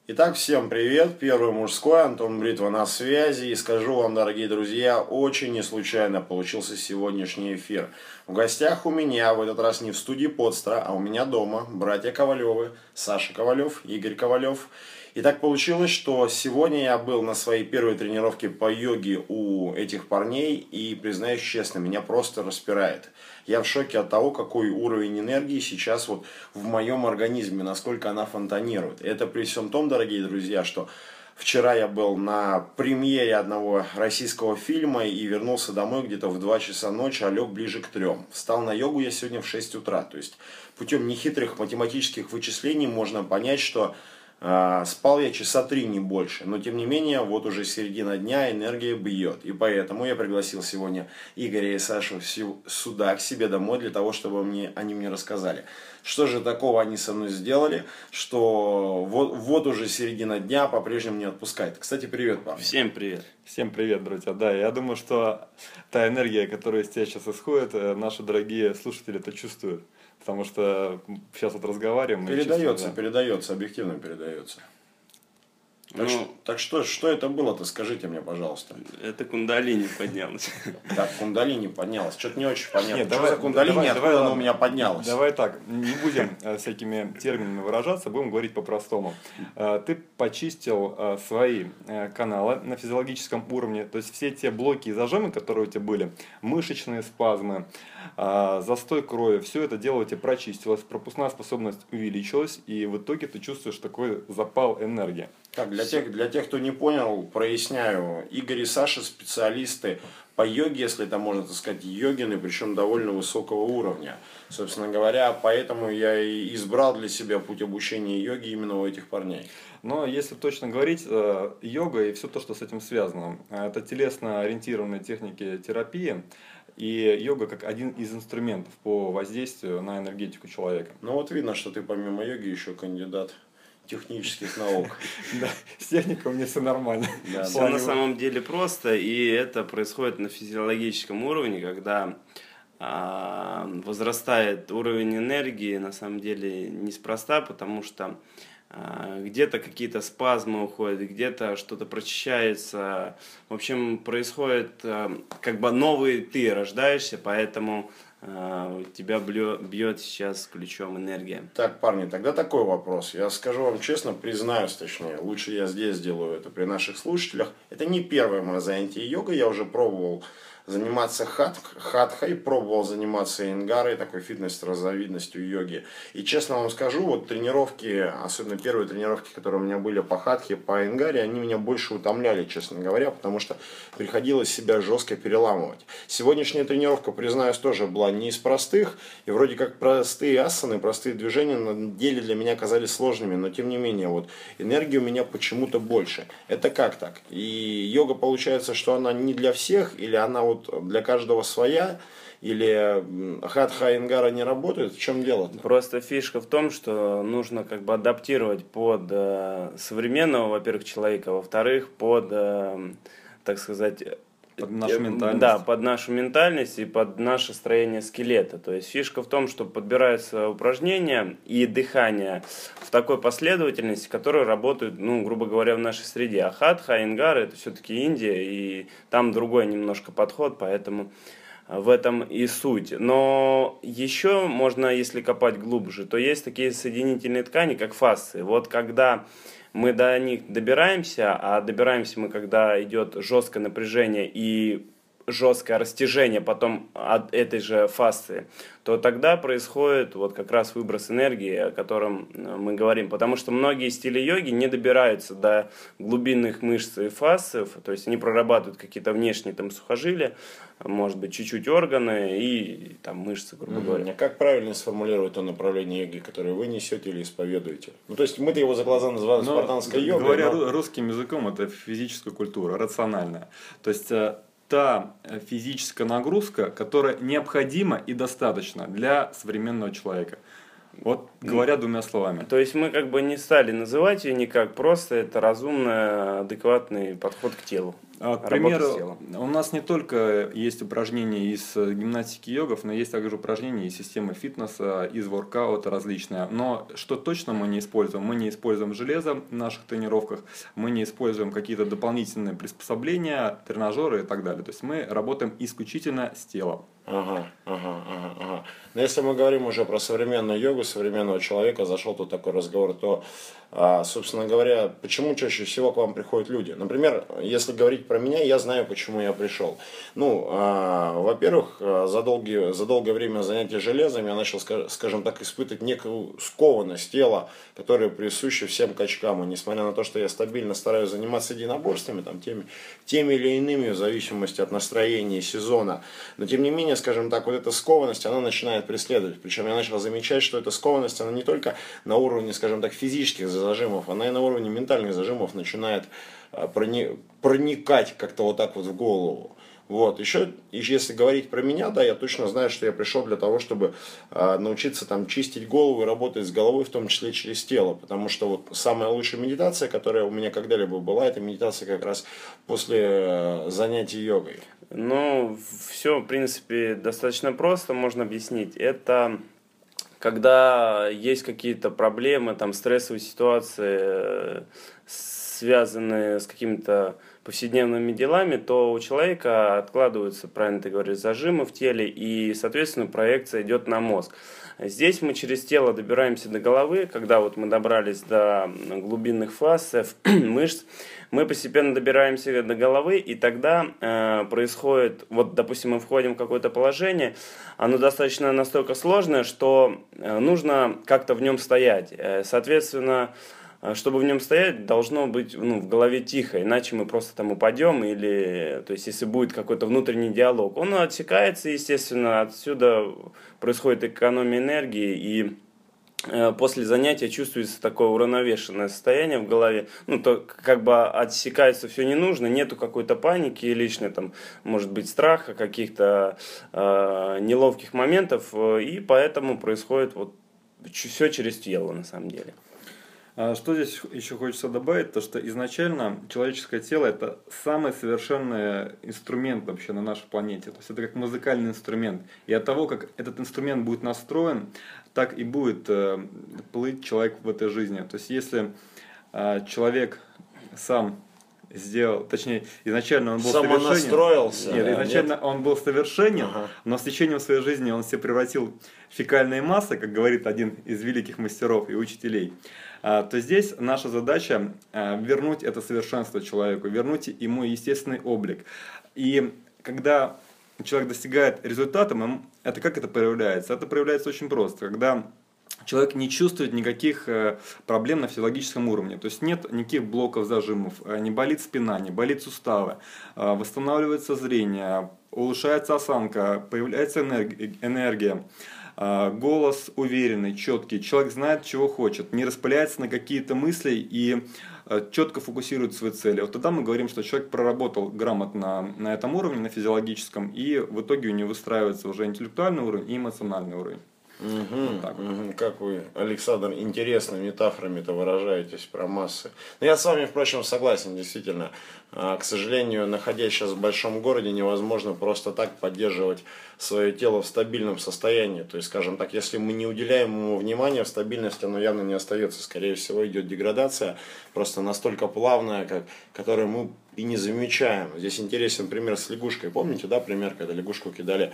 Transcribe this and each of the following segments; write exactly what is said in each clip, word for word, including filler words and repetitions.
Итак, всем привет, Первый мужской, Антон Бритва на связи. И скажу вам, дорогие друзья, очень не случайно получился сегодняшний эфир. В гостях у меня, в этот раз не в студии Подстра, а у меня дома, братья Ковалевы, Саша Ковалев, Игорь Ковалев. И так получилось, что сегодня я был на своей первой тренировке по йоге у этих парней, и, признаюсь честно, меня просто распирает. Я в шоке от того, какой уровень энергии сейчас вот в моем организме, насколько она фонтанирует. И это при всем том, дорогие друзья, что вчера я был на премьере одного российского фильма и вернулся домой где-то в два часа ночи, а лег ближе к трем. Встал на йогу я сегодня в шесть утра. То есть путем нехитрых математических вычислений можно понять, что Uh, спал я часа три, не больше, но тем не менее, вот уже середина дня, энергия бьет. И поэтому я пригласил сегодня Игоря и Сашу сюда, к себе домой, для того, чтобы мне, они мне рассказали, что же такого они со мной сделали, что вот, вот уже середина дня по-прежнему не отпускает. Кстати, привет, парни. Всем привет. Всем привет, друзья. Да, я думаю, что та энергия, которая из тебя сейчас исходит, наши дорогие слушатели это чувствуют. Потому что сейчас вот разговариваем. Передается, честно, да. передается, объективно передается. Так, ну, что, так что, что это было-то, скажите мне, пожалуйста. Это кундалини поднялось. Так, кундалини поднялось. Что-то не очень понятно. Нет, что давай, за кундалини, давай, откуда давай, оно у меня поднялось? Давай так, не будем всякими терминами выражаться, будем говорить по-простому. Ты почистил свои каналы на физиологическом уровне, то есть все те блоки и зажимы, которые у тебя были, мышечные спазмы, застой крови, все это дело у тебя прочистилось, пропускная способность увеличилась, и в итоге ты чувствуешь такой запал энергии. Так, для тех, для тех, кто не понял, проясняю. Игорь и Саша специалисты по йоге, если это можно так сказать, йогины, причем довольно высокого уровня. Собственно говоря, поэтому я и избрал для себя путь обучения йоги именно у этих парней. Но если точно говорить, йога и все то, что с этим связано, это телесно-ориентированные техники терапии, и йога как один из инструментов по воздействию на энергетику человека. Ну вот видно, что ты помимо йоги еще кандидат технических наук. Да, с техникой у меня все нормально. Все на самом деле просто, и это происходит на физиологическом уровне, когда возрастает уровень энергии, на самом деле неспроста, потому что где-то какие-то спазмы уходят, где-то что-то прочищается. В общем, происходит как бы новый ты рождаешься, поэтому тебя бьет сейчас ключом энергия. Так, парни, тогда такой вопрос. Я скажу вам честно, признаюсь точнее, лучше я здесь сделаю это при наших слушателях. Это не первое мое занятие йогой, я уже пробовал заниматься хат, хатхой, пробовал заниматься ингарой, такой фитнес-разновидностью йоги. И честно вам скажу, вот тренировки, особенно первые тренировки, которые у меня были по хатхе, по ингаре, они меня больше утомляли, честно говоря, потому что приходилось себя жестко переламывать. Сегодняшняя тренировка, признаюсь, тоже была не из простых, и вроде как простые асаны, простые движения на деле для меня казались сложными, но тем не менее, вот энергии у меня почему-то больше. Это как так? И йога получается, что она не для всех, или она вот для каждого своя, или хатха и ингара не работают? В чем дело-то? Просто фишка в том, что нужно как бы адаптировать под э, современного, во-первых, человека, во-вторых, под, э, так сказать, под нашу ментальность. Да, под нашу ментальность и под наше строение скелета. То есть фишка в том, что подбираются упражнения и дыхание в такой последовательности, которые работают, ну, грубо говоря, в нашей среде. А хатха, ингара — это все-таки Индия, и там другой немножко подход, поэтому в этом и суть. Но еще можно, если копать глубже, то есть такие соединительные ткани, как фасции. Вот когда мы до них добираемся, а добираемся мы, когда идет жесткое напряжение и жесткое растяжение потом от этой же фасции, то тогда происходит вот как раз выброс энергии, о котором мы говорим. Потому что многие стили йоги не добираются до глубинных мышц и фасций, то есть они прорабатывают какие-то внешние там сухожилия, может быть, чуть-чуть органы и там мышцы, грубо mm-hmm. говоря. А как правильно сформулировать то направление йоги, которое вы несете или исповедуете? Ну, то есть мы-то его за глаза называем но, спартанской йогой. Говоря но... русским языком, это физическая культура, рациональная. То есть та физическая нагрузка, которая необходима и достаточна для современного человека. Вот говоря двумя словами. То есть мы как бы не стали называть ее никак, просто это разумный, адекватный подход к телу. К примеру, у нас не только есть упражнения из гимнастики, йогов, но есть также упражнения из системы фитнеса, из воркаута различные. Но что точно мы не используем? Мы не используем железо в наших тренировках, мы не используем какие-то дополнительные приспособления, тренажеры и так далее. То есть мы работаем исключительно с телом. Ага, ага, ага, ага. Но если мы говорим уже про современную йогу, современного человека, зашел тут такой разговор, то, а, собственно говоря, почему чаще всего к вам приходят люди? Например, если говорить про меня, я знаю, почему я пришел. Ну, а, во-первых, за, долгие, за долгое время занятия железом я начал, скажем так, испытывать некую скованность тела, которая присуща всем качкам. И несмотря на то, что я стабильно стараюсь заниматься единоборствами, там, теми, теми или иными, в зависимости от настроения и сезона, но тем не менее, скажем так, вот эта скованность, она начинает преследовать. Причем я начал замечать, что эта скованность, она не только на уровне, скажем так, физических зажимов, она и на уровне ментальных зажимов начинает проникать как-то вот так вот в голову. Вот. Еще, если говорить про меня, да, я точно знаю, что я пришел для того, чтобы э, научиться там чистить голову и работать с головой, в том числе через тело. Потому что вот самая лучшая медитация, которая у меня когда-либо была, это медитация как раз после э, занятий йогой. Ну, все, в принципе, достаточно просто, можно объяснить. Это когда есть какие-то проблемы, там, стрессовые ситуации, связанные с какими-то повседневными делами, то у человека откладываются, правильно ты говоришь, зажимы в теле, и, соответственно, проекция идет на мозг. Здесь мы через тело добираемся до головы, когда вот мы добрались до глубинных фаз, мышц, мы постепенно добираемся до головы, и тогда э, происходит, вот, допустим, мы входим в какое-то положение, оно достаточно настолько сложное, что э, нужно как-то в нем стоять. Э, соответственно, чтобы в нем стоять, должно быть, ну, в голове тихо, иначе мы просто там упадем, или, то есть, если будет какой-то внутренний диалог, он отсекается, естественно, отсюда происходит экономия энергии, и э, после занятия чувствуется такое уравновешенное состояние в голове, ну, то как бы отсекается все не нужно, нету какой-то паники лишней, там, может быть, страха, каких-то э, неловких моментов, и поэтому происходит вот все через тело, на самом деле. Что здесь еще хочется добавить, то что изначально человеческое тело это самый совершенный инструмент вообще на нашей планете. То есть это как музыкальный инструмент. И от того, как этот инструмент будет настроен, так и будет э, плыть человек в этой жизни. То есть если э, человек сам сделал, точнее, изначально он был совершенен. Самонастроился. Нет, изначально нет. Он был совершенен, ага. Но с течением своей жизни он себя превратил в фекальные массы, как говорит один из великих мастеров и учителей. То здесь наша задача вернуть это совершенство человеку, вернуть ему естественный облик. И когда человек достигает результата, это как это проявляется? Это проявляется очень просто, когда человек не чувствует никаких проблем на физиологическом уровне. То есть нет никаких блоков, зажимов, не болит спина, не болит суставы, восстанавливается зрение, улучшается осанка, появляется энергия. Голос уверенный, четкий, человек знает, чего хочет, не распыляется на какие-то мысли и четко фокусирует свои цели. Вот тогда мы говорим, что человек проработал грамотно на этом уровне, на физиологическом, и в итоге у него выстраивается уже интеллектуальный уровень и эмоциональный уровень. Угу, вот так вот. Угу. Как вы, Александр, интересно метафорами-то выражаетесь про массы. Но я с вами, впрочем, согласен, действительно. К сожалению, находясь сейчас в большом городе, невозможно просто так поддерживать свое тело в стабильном состоянии. То есть, скажем так, если мы не уделяем ему внимания, в стабильности оно явно не остается. Скорее всего, идет деградация, просто настолько плавная, как, которую мы и не замечаем. Здесь интересен пример с лягушкой. Помните, да, пример, когда лягушку кидали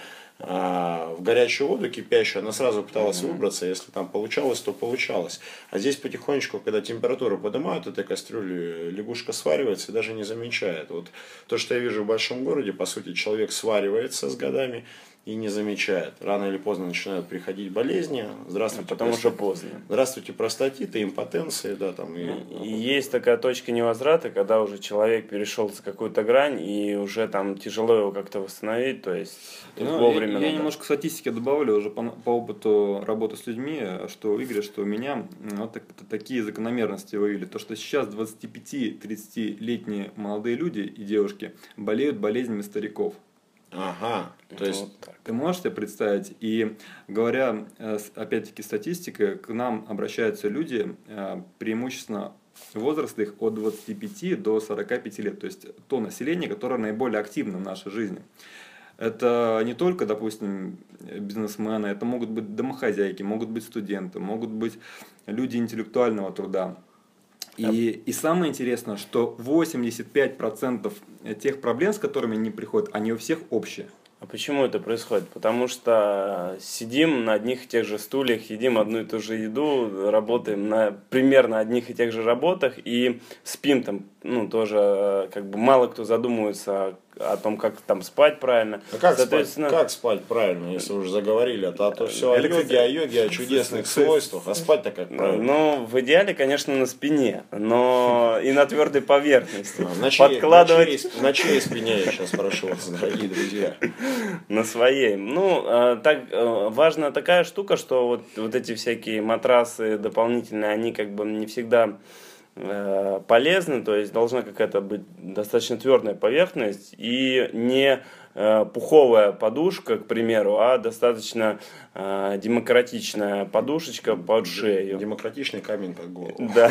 а, в горячую воду кипящую, она сразу пыталась mm-hmm. выбраться, если там получалось, то получалось. А здесь потихонечку, когда температуру поднимают этой кастрюли, лягушка сваривается и даже не замечает. Вот то, что я вижу в большом городе, по сути, человек сваривается с годами и не замечает. Рано или поздно начинают приходить болезни. Здравствуйте, потому простат... что поздно. Здравствуйте, простатиты, импотенции, да, там. И... и есть такая точка невозврата, когда уже человек перешел за какую-то грань и уже там тяжело его как-то восстановить, то есть ну, вовремя. Я, я немножко статистики добавлю уже по, по опыту работы с людьми, что у Игоря, что у меня, вот так, такие закономерности выявили. То, что сейчас двадцатипятилетние-тридцатилетние молодые люди и девушки болеют болезнями стариков. Ага, то есть... Вот так. Ты можешь себе представить? И говоря, э, с- опять-таки, статистикой, к нам обращаются люди э, преимущественно возраст их от двадцати пяти до сорока пяти лет. То есть то население, которое наиболее активно в нашей жизни. Это не только, допустим, бизнесмены, это могут быть домохозяйки, могут быть студенты, могут быть люди интеллектуального труда. И, и самое интересное, что восемьдесят пять процентов тех проблем, с которыми они приходят, они у всех общие. А почему это происходит? Потому что сидим на одних и тех же стульях, едим одну и ту же еду, работаем на примерно одних и тех же работах и спим там, ну, тоже, как бы мало кто задумывается о том, как там спать правильно. А как, Соответственно, спать, как спать правильно, если уже заговорили? Это, а то все о Это, йоге, кстати, о йоге, о чудесных свойствах. А спать-то как правильно? Ну, в идеале, конечно, на спине, но и на твердой поверхности. А, на, чьей, Подкладывать на, чьей, на чьей спине я сейчас прошу вас, дорогие друзья? на своей. Ну, э, так, э, важна такая штука, что вот, вот эти всякие матрасы дополнительные, они как бы не всегда э, полезны, то есть должна какая-то быть достаточно твердая поверхность и не э, пуховая подушка, к примеру, а достаточно э, демократичная подушечка под шею. Демократичный камень под голову. Да.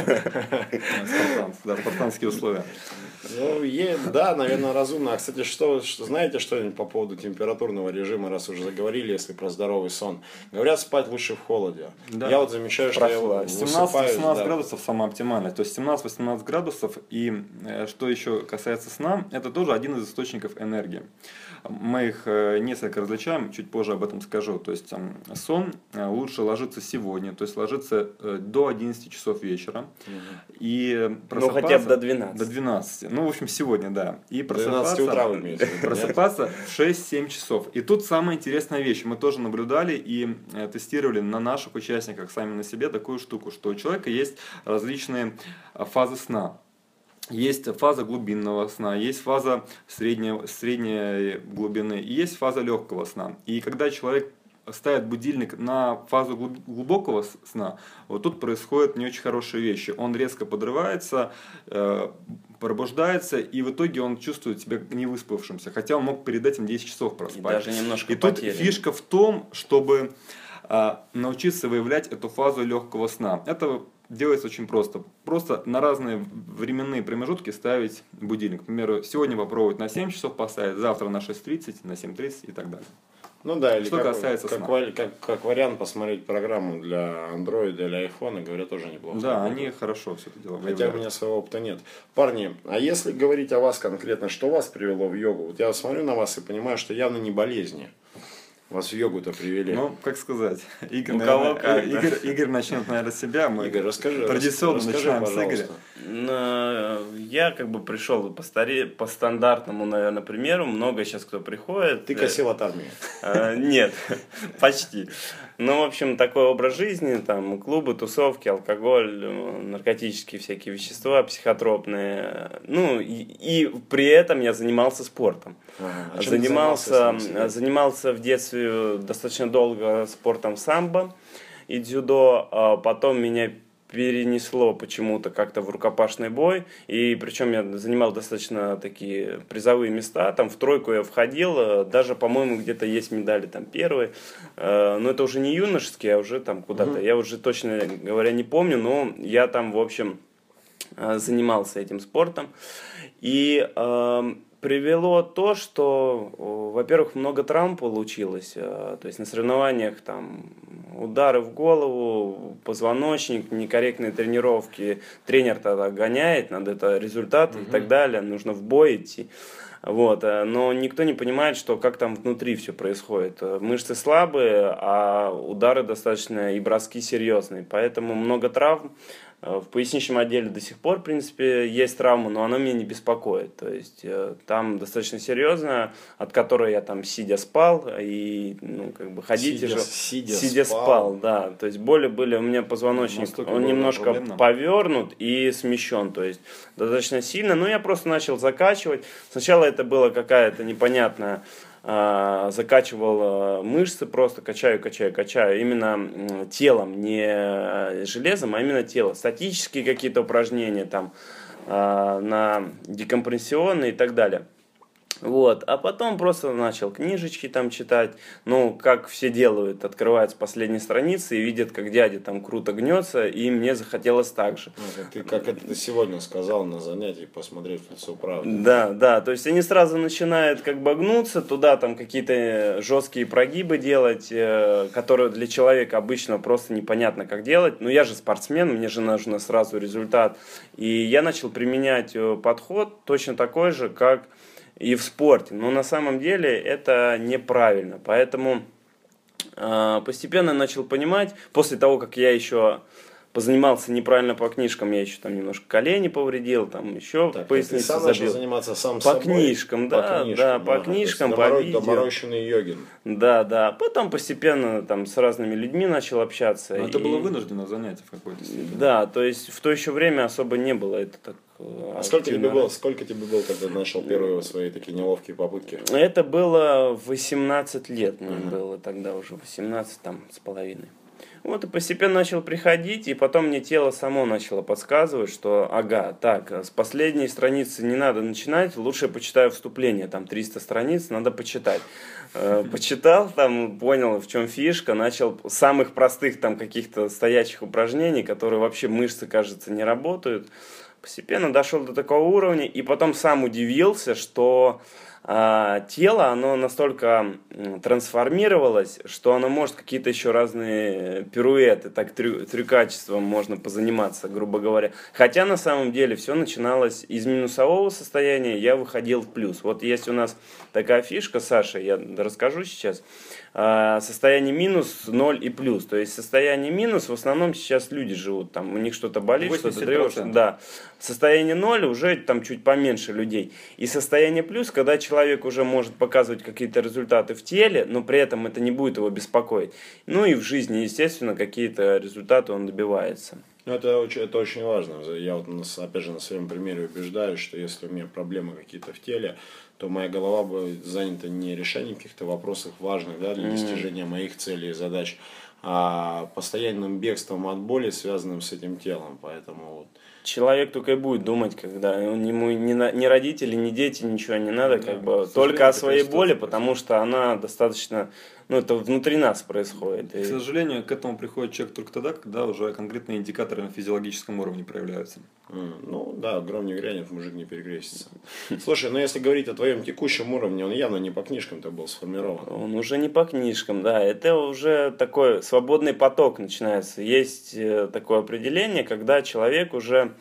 Спартан, да, спартанские условия. Ну, е- да, наверное, разумно. А, кстати, что, что знаете что-нибудь по поводу температурного режима, раз уже заговорили, если про здоровый сон? Говорят, спать лучше в холоде. Да. Я вот замечаю, что я вот семнадцать-восемнадцать высыпаюсь, да. градусов самое оптимальное. То есть семнадцать-восемнадцать градусов. И э, что еще касается сна, это тоже один из источников энергии. Мы их э, несколько различаем, чуть позже об этом скажу. То есть э, сон э, лучше ложиться сегодня, то есть ложиться э, до одиннадцати часов вечера. Мгм. И Ну, хотя бы до двенадцати. До двенадцати. Ну, в общем, сегодня, да. И До двенадцати просыпаться, утра вы имеете в виду, нет? просыпаться в шесть-семь часов. И тут самая интересная вещь. Мы тоже наблюдали и э, тестировали на наших участниках, сами на себе, такую штуку, что у человека есть различные э, фазы сна. Есть фаза глубинного сна, есть фаза средней, средней глубины, и есть фаза легкого сна. И когда человек ставит будильник на фазу глуб- глубокого с- сна, вот тут происходят не очень хорошие вещи. Он резко подрывается, э, пробуждается, и в итоге он чувствует себя невыспавшимся, хотя он мог перед этим десять часов И проспать. даже немножко И тут потерян. фишка в том, чтобы а, научиться выявлять эту фазу легкого сна. Это делается очень просто. Просто на разные временные промежутки ставить будильник. К примеру, сегодня попробовать на семь часов поставить, завтра на шесть тридцать, на семь тридцать и так далее. Ну да, или Что как, касается как, сна. вари- как, как вариант посмотреть программу для Android или iPhone, говорят, тоже неплохо. Да, они хорошо все это дело Хотя у выявляют. меня своего опыта нет. Парни, а если говорить о вас конкретно, что вас привело в йогу? Вот я смотрю на вас и понимаю, что явно не болезни. Вас в йогу-то привели. Ну, как сказать, Игорь, У кого наверное, как, э, да. Игорь, Игорь начнет, наверное, с себя. Мы Игорь, расскажи. традиционно расскажи, начинаем с Игоря. пожалуйста. Но я как бы пришел по, старе, по стандартному, наверное, примеру. Много сейчас кто приходит. Ты косил от армии. Э, Нет, почти. Ну, в общем, такой образ жизни, там, клубы, тусовки, алкоголь, э, наркотические всякие вещества, психотропные. Ну, и, и при этом я занимался спортом. Ага. А чем ты Занимался, сам себе? занимался в детстве достаточно долго спортом самбо и дзюдо, а потом меня перенесло почему-то как-то в рукопашный бой, и причем я занимал достаточно такие призовые места, там в тройку я входил, даже, по-моему, где-то есть медали там первые, но это уже не юношеские, а уже там куда-то, я уже точно говоря не помню, но я там, в общем, занимался этим спортом, и э, привело то, что, во-первых, много травм получилось, то есть на соревнованиях там удары в голову, позвоночник, некорректные тренировки, тренер тогда гоняет, надо это результат Угу. и так далее, нужно в бой идти. Вот, но никто не понимает, что как там внутри все происходит. Мышцы слабые, а удары достаточно и броски серьезные, поэтому много травм. В поясничном отделе до сих пор, в принципе, есть травма, но она меня не беспокоит. То есть там достаточно серьезно, от которой я там сидя спал, и ну, как бы ходить Сидя- уже сидя сидя спал. спал, да. То есть боли были, у меня позвоночник, Настолько он было немножко проблемно. повернут и смещен, то есть достаточно сильно. Но я просто начал закачивать. Сначала это было какая-то непонятная, а, закачивал а, мышцы, просто качаю, качаю, качаю, именно м, телом, не железом, а именно тело. Статические какие-то упражнения там а, на декомпрессионные и так далее. Вот, а потом просто начал книжечки там читать, ну, как все делают, открывают с последней страницы и видят, как дядя там круто гнется, и мне захотелось так же. Ну, ты как это ты сегодня сказал на занятии, посмотреть в лицо правды. Да, да, то есть они сразу начинают как бы гнуться, туда там какие-то жесткие прогибы делать, э, которые для человека обычно просто непонятно как делать, но я же спортсмен, мне же нужно сразу результат, и я начал применять подход точно такой же, как и в спорте, но на самом деле это неправильно, поэтому э, постепенно начал понимать, после того, как я еще позанимался неправильно по книжкам, я еще там немножко колени повредил, там еще Так, поясницу ты сам забил. начал заниматься сам по собой? Книжкам, да, по книжкам, да, по ага, книжкам, по доморо... видео. Доморощенный йогин. Да, да, потом постепенно там с разными людьми начал общаться. Но и... это было вынужденное занятие в какой-то степени. Да, то есть в то еще время особо не было это так. А сколько тебе было, сколько тебе было, когда ты начал первые свои такие неловкие попытки? Это было восемнадцать лет, мне Ага. было тогда уже восемнадцать там с половиной. Вот и постепенно начал приходить, и потом мне тело само начало подсказывать, что ага, так, с последней страницы не надо начинать, лучше я почитаю вступление, там триста страниц, надо почитать. Э, Почитал, там понял, в чем фишка, начал с самых простых там каких-то стоячих упражнений, которые вообще мышцы, кажется, не работают. Постепенно дошел до такого уровня, и потом сам удивился, что а, тело, оно настолько трансформировалось, что оно может какие-то еще разные пируэты, так трю, трюкачеством можно позаниматься, грубо говоря. Хотя на самом деле все начиналось из минусового состояния, я выходил в плюс. Вот есть у нас такая фишка, Саша, я расскажу сейчас. Состояние минус, ноль и плюс. То есть состояние минус в основном сейчас люди живут, там у них что-то болит, что-то тревожит. Да. Состояние ноль уже там чуть поменьше людей. И состояние плюс, когда человек уже может показывать какие-то результаты в теле, но при этом это не будет его беспокоить. Ну и в жизни, естественно, какие-то результаты он добивается. Ну, это очень, это очень важно. Я вот, опять же, на своем примере убеждаюсь, что если у меня проблемы какие-то в теле, то моя голова будет занята не решением каких-то вопросов важных, да, для достижения моих целей и задач, а постоянным бегством от боли, связанным с этим телом. Поэтому вот. Человек только и будет думать, когда ему ни, ни родители, ни дети, ничего не надо, Да, как бы к только о своей ситуация боли, происходит. потому что она достаточно, ну это внутри нас происходит. К И... сожалению, к этому приходит человек только тогда, когда уже конкретные индикаторы на физиологическом уровне проявляются. Ну да, гром не грянет, мужик не перекрестится. Слушай, ну если говорить о твоем текущем уровне, он явно не по книжкам-то был сформирован. Он уже не по книжкам, да, это уже такой свободный поток начинается. Есть такое определение, когда человек уже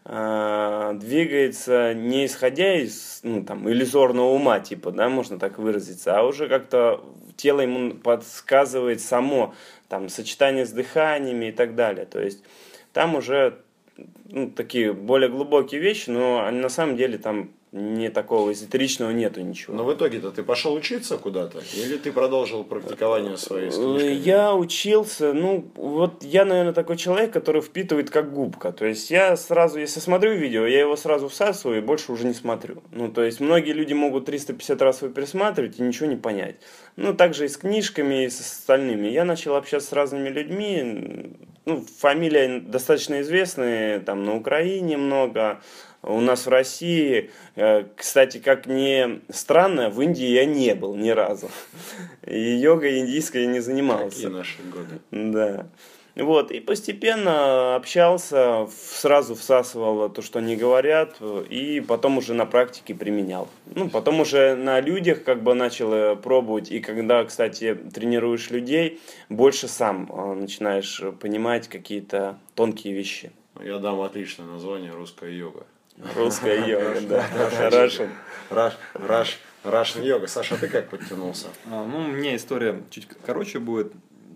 э, двигается не исходя из ну, там, иллюзорного ума, типа, да, можно так выразиться, а уже как-то тело ему подсказывает само, там, сочетание с дыханиями и так далее. То есть там уже ну, такие более глубокие вещи, но они, на самом деле там не такого эзотеричного нету ничего. Но в итоге-то ты пошел учиться куда-то? Или ты продолжил практикование своей с книжками? Я учился, ну, вот я, наверное, такой человек, который впитывает как губка. То есть я сразу, если смотрю видео, я его сразу всасываю и больше уже не смотрю. Ну, то есть многие люди могут триста пятьдесят раз его пересматривать и ничего не понять. Ну, также и с книжками, и с остальными. Я начал общаться с разными людьми. Ну, фамилии достаточно известные, там на Украине много. У нас в России, кстати, как ни странно, в Индии я не был ни разу. И йогой индийской я не занимался. Какие наши годы. Да. Вот, и постепенно общался, сразу всасывал то, что они говорят, и потом уже на практике применял. Ну, потом уже на людях как бы начал пробовать, и когда, кстати, тренируешь людей, больше сам начинаешь понимать какие-то тонкие вещи. Я дам отличное название «Русская йога». Русская йога, да. Russian. Rush, Russian йога. Саша, ты как подтянулся? А, ну, у меня история чуть короче будет.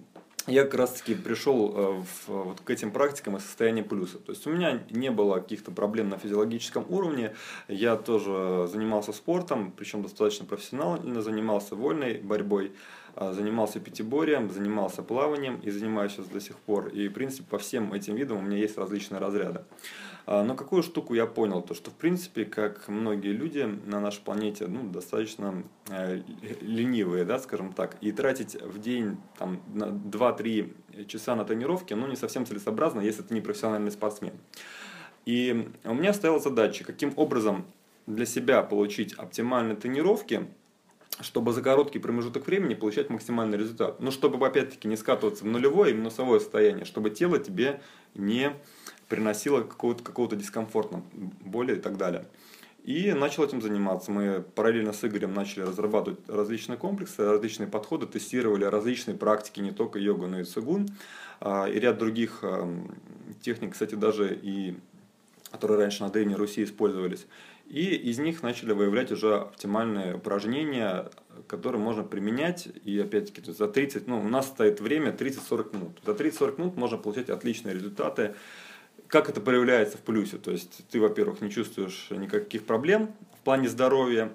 Я как раз таки пришел в, вот к этим практикам из состояния плюса. То есть у меня не было каких-то проблем на физиологическом уровне. Я тоже занимался спортом, причем достаточно профессионально, занимался вольной борьбой, занимался пятиборием, занимался плаванием и занимаюсь сейчас до сих пор. И в принципе по всем этим видам у меня есть различные разряды. Но какую штуку я понял, то что в принципе, как многие люди на нашей планете, ну, достаточно э, ленивые, да, скажем так, и тратить в день там, два-три часа на тренировки, ну, не совсем целесообразно, если ты не профессиональный спортсмен. И у меня стояла задача, каким образом для себя получить оптимальные тренировки, чтобы за короткий промежуток времени получать максимальный результат. Но чтобы, опять-таки, не скатываться в нулевое и минусовое состояние, чтобы тело тебе не приносило какого-то, какого-то дискомфорта, боли и так далее. И начал этим заниматься. Мы параллельно с Игорем начали разрабатывать различные комплексы, различные подходы, тестировали различные практики, не только йогу, но и цигун, и ряд других техник, кстати, даже и которые раньше на Древней Руси использовались. И из них начали выявлять уже оптимальные упражнения, которые можно применять. И опять-таки за тридцать, ну, у нас стоит время тридцать-сорок минут. За тридцать-сорок минут можно получать отличные результаты. Как это проявляется в плюсе? То есть ты, во-первых, не чувствуешь никаких проблем в плане здоровья,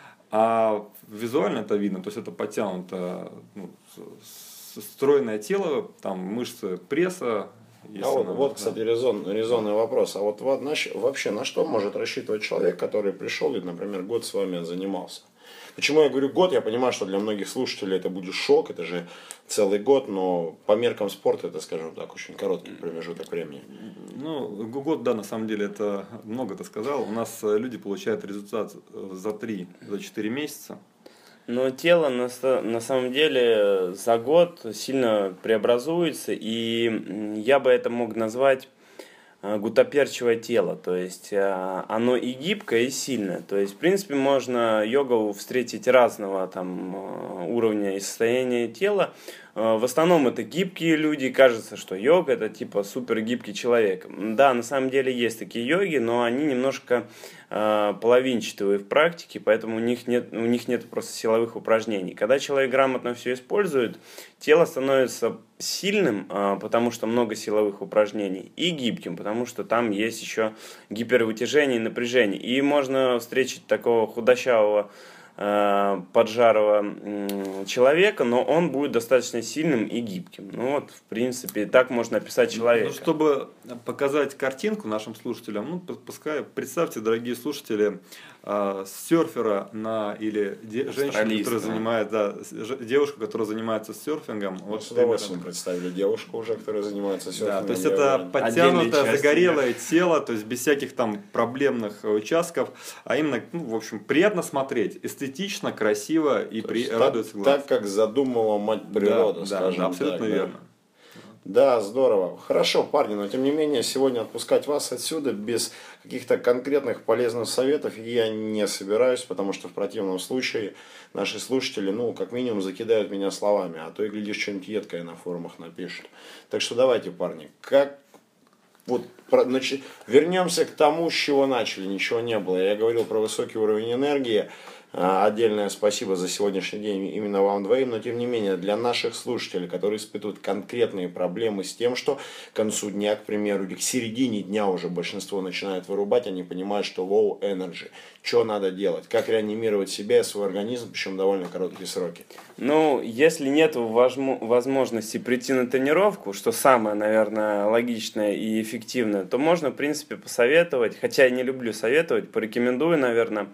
а визуально это видно. То есть это подтянуто, ну, стройное тело, там мышцы пресса. А вот, надо, вот, кстати, резон, резонный вопрос. А вот, вот на, вообще на что может рассчитывать человек, который пришел и, например, год с вами занимался? Почему я говорю год? Я понимаю, что для многих слушателей это будет шок, это же целый год, но по меркам спорта это, скажем так, очень короткий промежуток времени. Ну, год, да, на самом деле, это много ты сказал. У нас люди получают результат за три-четыре месяца. Но тело на, на самом деле за год сильно преобразуется, и я бы это мог назвать гутоперчивое тело, то есть оно и гибкое, и сильное. То есть, в принципе, можно йогу встретить разного там уровня и состояния тела. В основном это гибкие люди, кажется, что йога это типа супер гибкий человек. Да, на самом деле есть такие йоги, но они немножко э, половинчатые в практике, поэтому у них нет, у них нет просто силовых упражнений. Когда человек грамотно все использует, тело становится сильным, э, потому что много силовых упражнений, и гибким, потому что там есть еще гипервытяжение и напряжение. И можно встретить такого худощавого поджарого человека, но он будет достаточно сильным и гибким. Ну вот, в принципе, так можно описать человека. Ну, чтобы показать картинку нашим слушателям, ну, пускай, представьте, дорогие слушатели, э, серфера на, или де, женщину, которая занимается, да, девушку, которая занимается серфингом. Ну, вот с удовольствием представили девушку уже, которая занимается серфингом. Да, то есть это подтянутое, загорелое тело, то есть без всяких там проблемных участков, а именно, ну, в общем, приятно смотреть, эстетично, красиво и при... так, радуется глаз. Так, как задумала мать природа, да, скажем да, абсолютно так, верно. Да. Да, здорово. Хорошо, парни, но тем не менее, сегодня отпускать вас отсюда без каких-то конкретных полезных советов я не собираюсь, потому что в противном случае наши слушатели, ну, как минимум, закидают меня словами, а то и, глядишь, что-нибудь едкое на форумах напишут. Так что давайте, парни, как... Вот, про, значит, вернемся к тому, с чего начали, ничего не было. Я говорил про высокий уровень энергии. Отдельное спасибо за сегодняшний день именно вам двоим, но тем не менее для наших слушателей, которые испытывают конкретные проблемы с тем, что к концу дня, к примеру, или к середине дня уже большинство начинает вырубать, они понимают, что low energy. Что надо делать? Как реанимировать себя и свой организм, причем довольно короткие сроки? Ну, если нет возможности прийти на тренировку, что самое, наверное, логичное и эффективное, то можно, в принципе, посоветовать, хотя я не люблю советовать, порекомендую, наверное,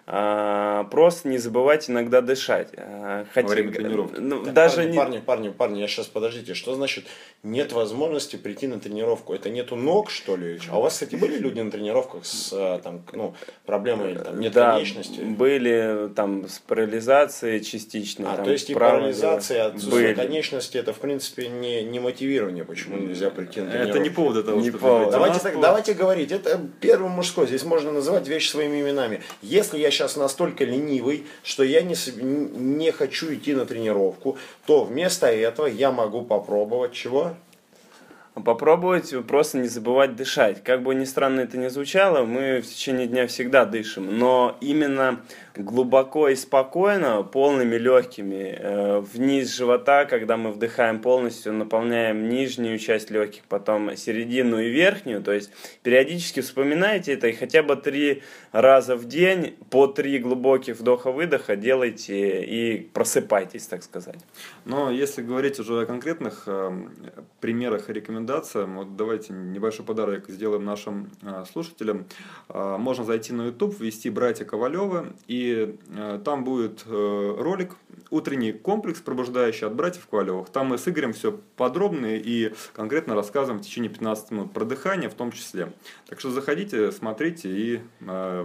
просто не забывать иногда дышать. Хотя, во время тренировки. Ну, так, даже парни, не... парни, парни, парни, я сейчас, подождите, что значит нет возможности прийти на тренировку? Это нету ног, что ли? А у вас, кстати, были люди на тренировках с там, ну, проблемой, там, нет да, конечности? Были там с парализацией частичной. А, там, то есть и парализация, отсутствие конечности, это, в принципе, не, не мотивирование, почему нельзя прийти на тренировку. Это не повод для того, не чтобы... повод. Давайте, так, давайте говорить, это первый мужской, здесь можно называть вещи своими именами. Если я сейчас настолько ленивый, что я не, не хочу идти на тренировку, то вместо этого я могу попробовать чего? Попробовать просто не забывать дышать. Как бы ни странно это ни звучало, мы в течение дня всегда дышим, но именно глубоко и спокойно, полными легкими, э, вниз живота, когда мы вдыхаем полностью, наполняем нижнюю часть легких, потом середину и верхнюю, то есть периодически вспоминайте это и хотя бы три раза в день по три глубоких вдоха-выдоха делайте и просыпайтесь, так сказать. Но если говорить уже о конкретных э, примерах и рекомендациях, вот давайте небольшой подарок сделаем нашим э, слушателям. Э, можно зайти на YouTube, ввести «Братья Ковалевы», и э, там будет э, ролик «Утренний комплекс, пробуждающий от братьев Ковалевых». Там мы с Игорем все подробно и конкретно рассказываем в течение пятнадцати минут про дыхание в том числе. Так что заходите, смотрите и э,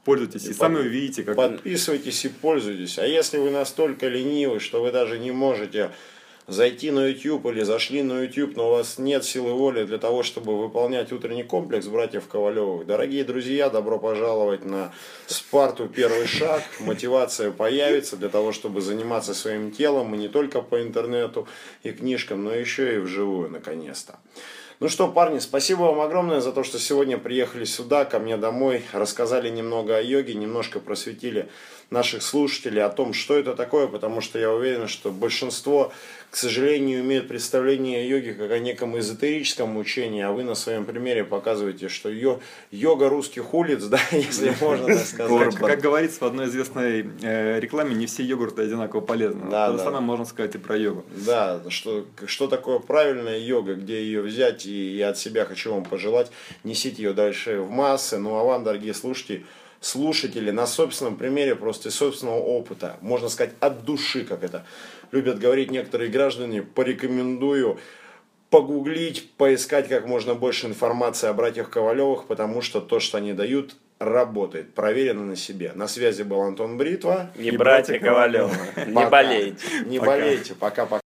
пользуйтесь и, и сами увидите, как... Подписывайтесь и пользуйтесь. А если вы настолько ленивы, что вы даже не можете зайти на YouTube или зашли на YouTube, но у вас нет силы воли для того, чтобы выполнять утренний комплекс братьев Ковалевых. Дорогие друзья, добро пожаловать на Спарту «Первый шаг». Мотивация появится для того, чтобы заниматься своим телом, и не только по интернету и книжкам, но еще и вживую, наконец-то. Ну что, парни, спасибо вам огромное за то, что сегодня приехали сюда, ко мне домой, рассказали немного о йоге, немножко просветили наших слушателей о том, что это такое, потому что я уверен, что большинство, к сожалению, имеют представление о йоге как о неком эзотерическом учении, а вы на своем примере показываете, что йо, йога русских улиц, да, если можно так сказать. Как, как говорится в одной известной э, рекламе, не все йогурты одинаково полезны. Да, То же да. самое можно сказать и про йогу. Да, что, что такое правильная йога, где ее взять, и я от себя хочу вам пожелать, несите ее дальше в массы. Ну а вам, дорогие слушатели, слушатели, на собственном примере, просто из собственного опыта, можно сказать, от души, как это любят говорить некоторые граждане, порекомендую погуглить, поискать как можно больше информации о братьях Ковалевых, потому что то, что они дают, работает, проверено на себе. На связи был Антон Бритва и, и братья Ковалевы. Не болейте. Не болейте. Пока-пока.